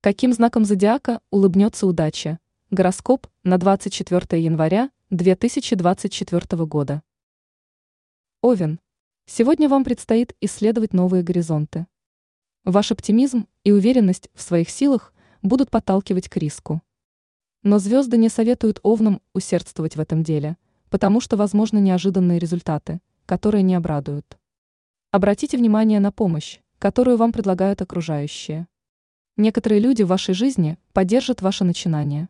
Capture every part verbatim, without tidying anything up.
Каким знаком зодиака улыбнется удача? Гороскоп на двадцать четвёртое января две тысячи двадцать четвёртого года. Овен. Сегодня вам предстоит исследовать новые горизонты. Ваш оптимизм и уверенность в своих силах будут подталкивать к риску. Но звезды не советуют овнам усердствовать в этом деле, потому что возможны неожиданные результаты, которые не обрадуют. Обратите внимание на помощь, которую вам предлагают окружающие. Некоторые люди в вашей жизни поддержат ваше начинание.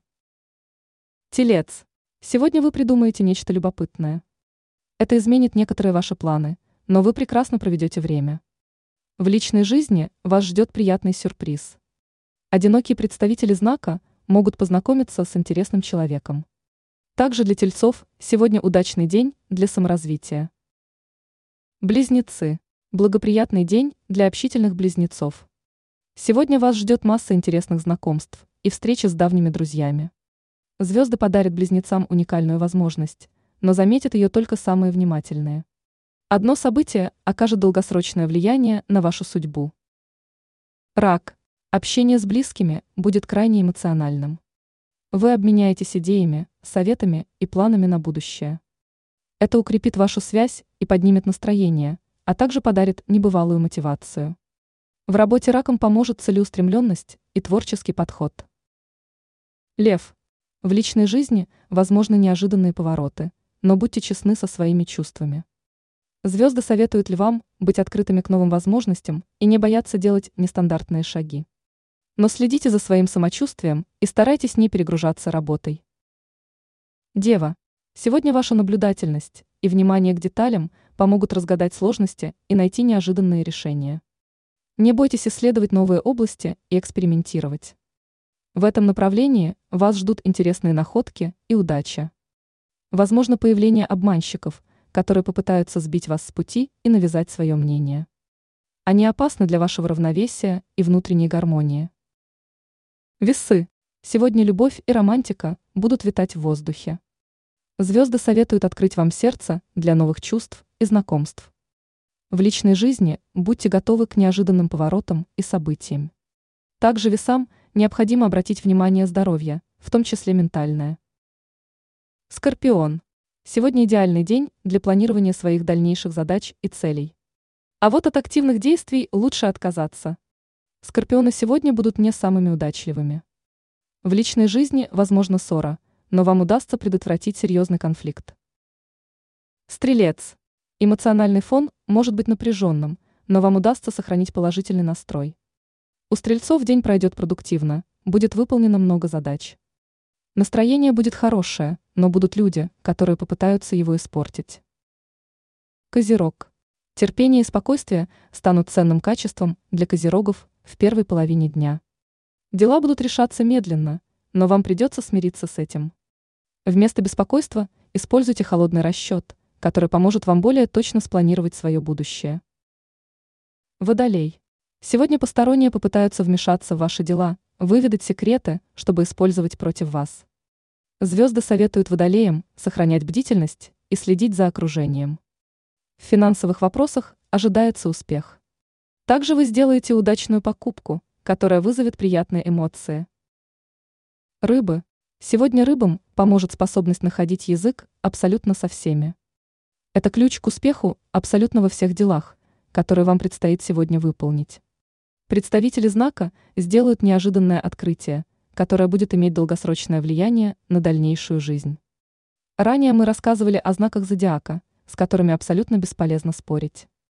Телец. Сегодня вы придумаете нечто любопытное. Это изменит некоторые ваши планы, но вы прекрасно проведете время. В личной жизни вас ждет приятный сюрприз. Одинокие представители знака могут познакомиться с интересным человеком. Также для тельцов сегодня удачный день для саморазвития. Близнецы. Благоприятный день для общительных близнецов. Сегодня вас ждет масса интересных знакомств и встречи с давними друзьями. Звезды подарят близнецам уникальную возможность, но заметят ее только самые внимательные. Одно событие окажет долгосрочное влияние на вашу судьбу. Рак. Общение с близкими будет крайне эмоциональным. Вы обменяетесь идеями, советами и планами на будущее. Это укрепит вашу связь и поднимет настроение, а также подарит небывалую мотивацию. В работе раком поможет целеустремленность и творческий подход. Лев. В личной жизни возможны неожиданные повороты, но будьте честны со своими чувствами. Звезды советуют львам быть открытыми к новым возможностям и не бояться делать нестандартные шаги. Но следите за своим самочувствием и старайтесь не перегружаться работой. Дева. Сегодня ваша наблюдательность и внимание к деталям помогут разгадать сложности и найти неожиданные решения. Не бойтесь исследовать новые области и экспериментировать. В этом направлении вас ждут интересные находки и удача. Возможно появление обманщиков, которые попытаются сбить вас с пути и навязать свое мнение. Они опасны для вашего равновесия и внутренней гармонии. Весы. Сегодня любовь и романтика будут витать в воздухе. Звезды советуют открыть вам сердце для новых чувств и знакомств. В личной жизни будьте готовы к неожиданным поворотам и событиям. Также весам необходимо обратить внимание на здоровье, в том числе ментальное. Скорпион. Сегодня идеальный день для планирования своих дальнейших задач и целей. А вот от активных действий лучше отказаться. Скорпионы сегодня будут не самыми удачливыми. В личной жизни возможна ссора, но вам удастся предотвратить серьезный конфликт. Стрелец. Эмоциональный фон может быть напряженным, но вам удастся сохранить положительный настрой. У стрельцов день пройдет продуктивно, будет выполнено много задач. Настроение будет хорошее, но будут люди, которые попытаются его испортить. Козерог. Терпение и спокойствие станут ценным качеством для козерогов в первой половине дня. Дела будут решаться медленно, но вам придется смириться с этим. Вместо беспокойства используйте холодный расчет, который поможет вам более точно спланировать свое будущее. Водолей. Сегодня посторонние попытаются вмешаться в ваши дела, выведать секреты, чтобы использовать против вас. Звезды советуют водолеям сохранять бдительность и следить за окружением. В финансовых вопросах ожидается успех. Также вы сделаете удачную покупку, которая вызовет приятные эмоции. Рыбы. Сегодня рыбам поможет способность находить язык абсолютно со всеми. Это ключ к успеху абсолютно во всех делах, которые вам предстоит сегодня выполнить. Представители знака сделают неожиданное открытие, которое будет иметь долгосрочное влияние на дальнейшую жизнь. Ранее мы рассказывали о знаках зодиака, с которыми абсолютно бесполезно спорить.